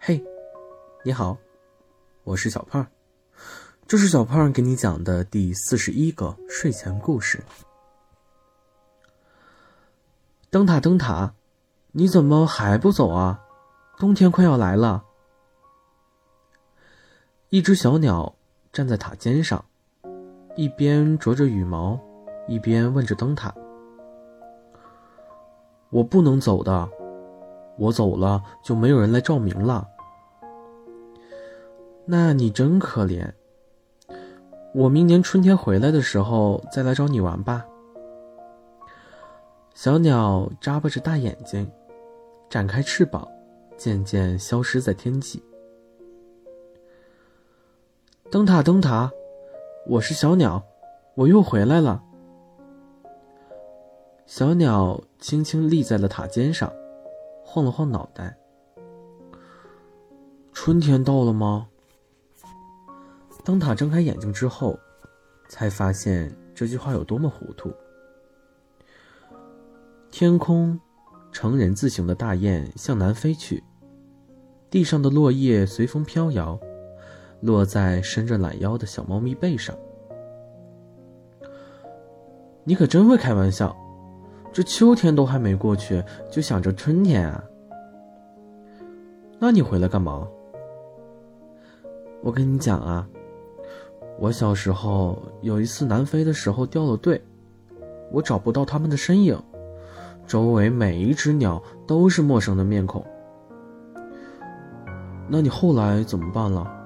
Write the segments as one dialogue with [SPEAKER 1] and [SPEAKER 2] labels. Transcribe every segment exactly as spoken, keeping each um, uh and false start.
[SPEAKER 1] 嘿，你好，我是小胖，这是小胖给你讲的第四十一个睡前故事。灯塔灯塔，你怎么还不走啊？冬天快要来了。一只小鸟站在塔尖上，一边啄着羽毛，一边问着灯塔：我不能走的，我走了就没有人来照明了。那你真可怜，我明年春天回来的时候再来找你玩吧。小鸟眨巴着大眼睛，展开翅膀，渐渐消失在天际。灯塔灯塔，我是小鸟，我又回来了。小鸟轻轻立在了塔尖上，晃了晃脑袋。春天到了吗？灯塔睁开眼睛之后，才发现这句话有多么糊涂。天空呈人字形的大雁向南飞去，地上的落叶随风飘摇，落在伸着懒腰的小猫咪背上。你可真会开玩笑，这秋天都还没过去，就想着春天啊？那你回来干嘛？我跟你讲啊，我小时候有一次南飞的时候掉了队，我找不到他们的身影，周围每一只鸟都是陌生的面孔。那你后来怎么办了？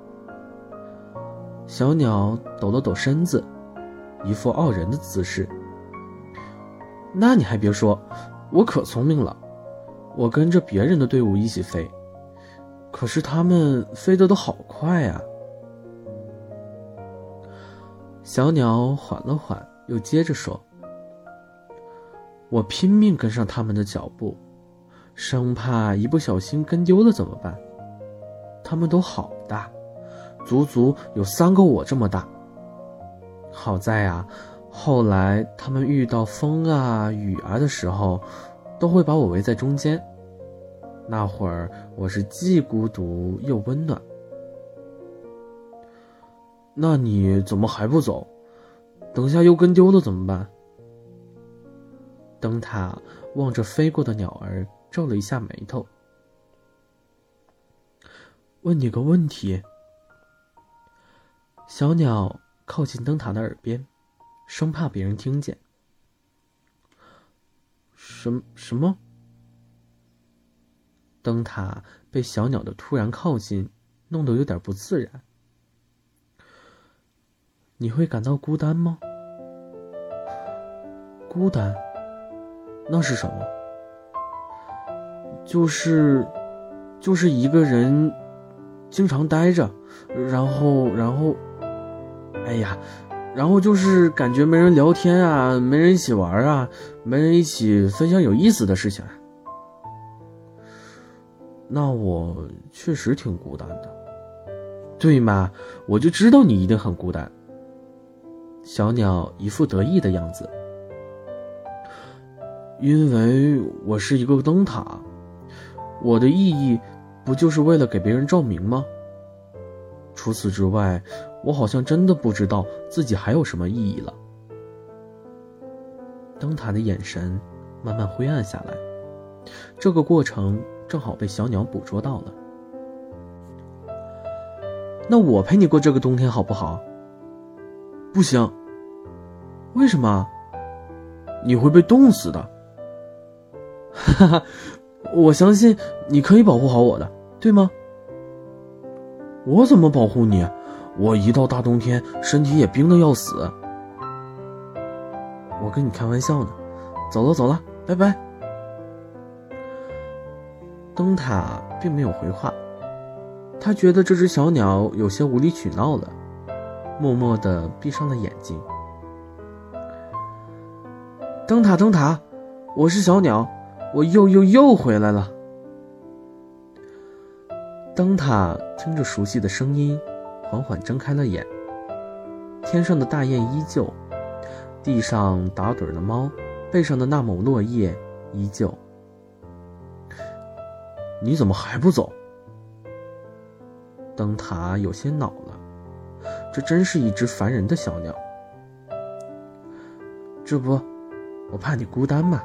[SPEAKER 1] 小鸟抖了抖身子，一副傲人的姿势。那你还别说，我可聪明了，我跟着别人的队伍一起飞，可是他们飞得都好快啊。小鸟缓了缓，又接着说：我拼命跟上他们的脚步，生怕一不小心跟丢了怎么办。他们都好大，足足有三个我这么大。好在啊，后来他们遇到风啊雨啊的时候，都会把我围在中间，那会儿我是既孤独又温暖。那你怎么还不走？等下又跟丢了怎么办？灯塔望着飞过的鸟儿，皱了一下眉头。问你个问题。小鸟靠近灯塔的耳边，生怕别人听见。什什么？灯塔被小鸟的突然靠近弄得有点不自然。你会感到孤单吗？孤单？那是什么？就是就是一个人经常待着，然后然后哎呀然后就是感觉没人聊天啊，没人一起玩啊，没人一起分享有意思的事情。那我确实挺孤单的。对嘛，我就知道你一定很孤单。小鸟一副得意的样子。因为我是一个灯塔，我的意义不就是为了给别人照明吗？除此之外，我好像真的不知道自己还有什么意义了。灯塔的眼神慢慢灰暗下来，这个过程正好被小鸟捕捉到了。那我陪你过这个冬天好不好？不行。为什么？你会被冻死的。哈哈，我相信你可以保护好我的，对吗？我怎么保护你？我一到大冬天身体也冰得要死。我跟你开玩笑呢。走了走了，拜拜。灯塔并没有回话，他觉得这只小鸟有些无理取闹了，默默地闭上了眼睛。灯塔灯塔，我是小鸟，我又又又回来了。灯塔听着熟悉的声音，缓缓睁开了眼。天上的大雁依旧，地上打盹的猫，背上的那抹落叶依旧。你怎么还不走？ 灯塔有些恼了，这真是一只烦人的小鸟。这不，我怕你孤单嘛。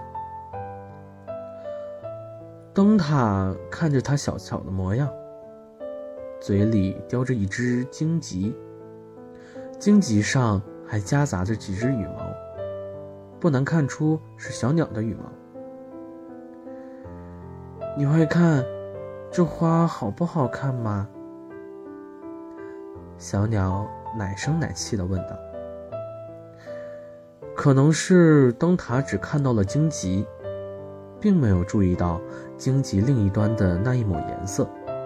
[SPEAKER 1] 灯塔看着他小巧的模样，嘴里叼着一只荆棘，荆棘上还夹杂着几只羽毛，不难看出是小鸟的羽毛。你会看这花好不好看吗？小鸟奶声奶气地问道。可能是灯塔只看到了荆棘，并没有注意到荆棘另一端的那一抹颜色。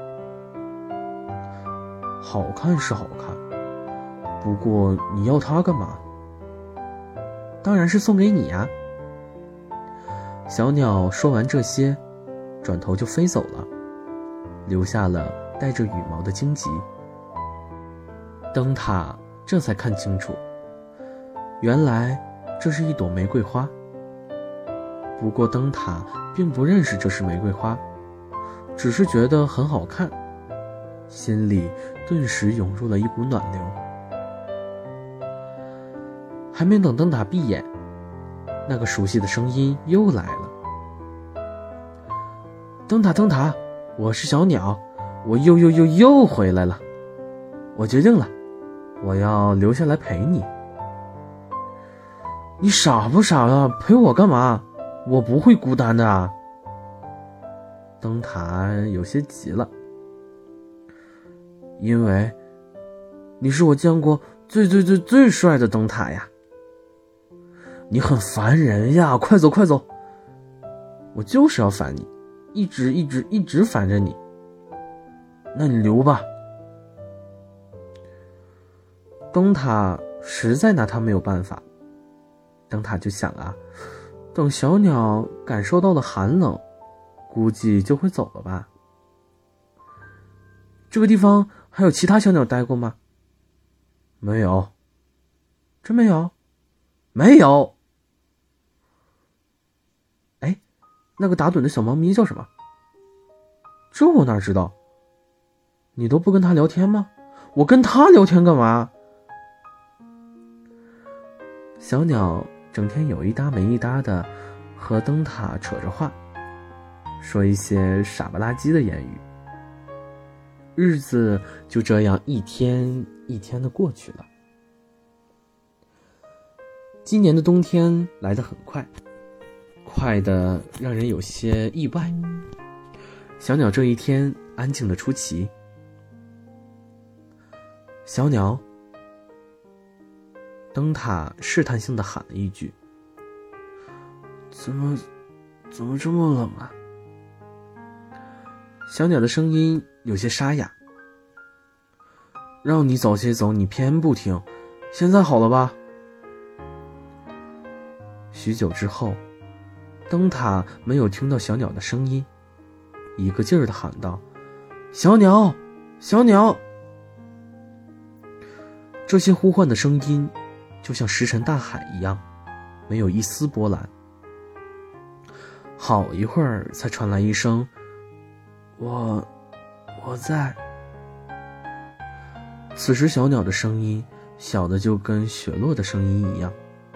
[SPEAKER 1] 好看是好看，不过你要它干嘛？当然是送给你呀。小鸟说完这些，转头就飞走了，留下了带着羽毛的荆棘。灯塔这才看清楚，原来这是一朵玫瑰花。不过灯塔并不认识这是玫瑰花，只是觉得很好看，心里顿时涌入了一股暖流。还没等灯塔闭眼，那个熟悉的声音又来了。灯塔灯塔，我是小鸟，我又又又又回来了。我决定了，我要留下来陪你。你傻不傻啊？陪我干嘛？我不会孤单的啊。灯塔有些急了，因为你是我见过最最最最帅的灯塔呀。你很烦人呀，快走快走。我就是要烦你，一直一直一直烦着你。那你留吧。灯塔实在拿他没有办法，灯塔就想啊，等小鸟感受到了寒冷，估计就会走了吧。这个地方还有其他小鸟待过吗？没有。真没有？没有。哎，那个打盹的小猫咪叫什么？这我哪知道？你都不跟它聊天吗？我跟它聊天干嘛？小鸟整天有一搭没一搭的和灯塔扯着话，说一些傻不拉几的言语。日子就这样一天一天的过去了。今年的冬天来得很快，快得让人有些意外。小鸟这一天安静地出奇。小鸟，灯塔试探性地喊了一句：怎么怎么这么冷啊？小鸟的声音有些沙哑。让你早些走，你偏不听，现在好了吧？许久之后，灯塔没有听到小鸟的声音，一个劲儿地喊道：小鸟，小鸟！这些呼唤的声音就像石沉大海一样，没有一丝波澜。好一会儿才传来一声：我我在。此时小鸟的声音小的就跟雪落的声音一样。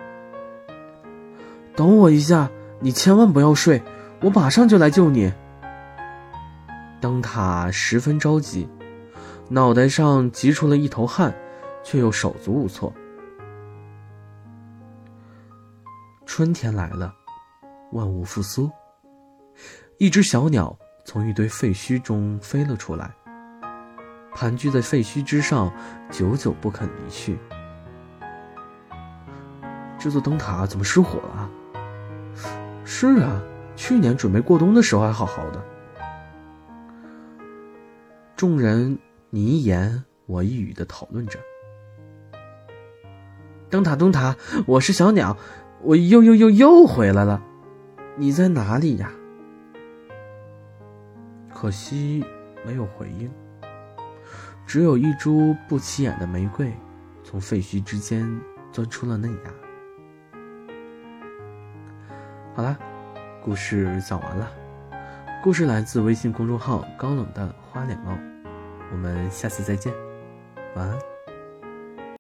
[SPEAKER 1] 等我一下，你千万不要睡，我马上就来救你。灯塔十分着急，脑袋上急出了一头汗，却又手足无措。春天来了，万物复苏。一只小鸟从一堆废墟中飞了出来，盘踞在废墟之上，久久不肯离去。这座灯塔怎么失火了？是啊，去年准备过冬的时候还好好的。众人你一言我一语地讨论着。灯塔灯塔，我是小鸟，我又又又又回来了，你在哪里呀？可惜没有回应，只有一株不起眼的玫瑰从废墟之间钻出了嫩芽。好啦，故事讲完了。故事来自微信公众号高冷的花脸猫。 我们下次再见，晚安。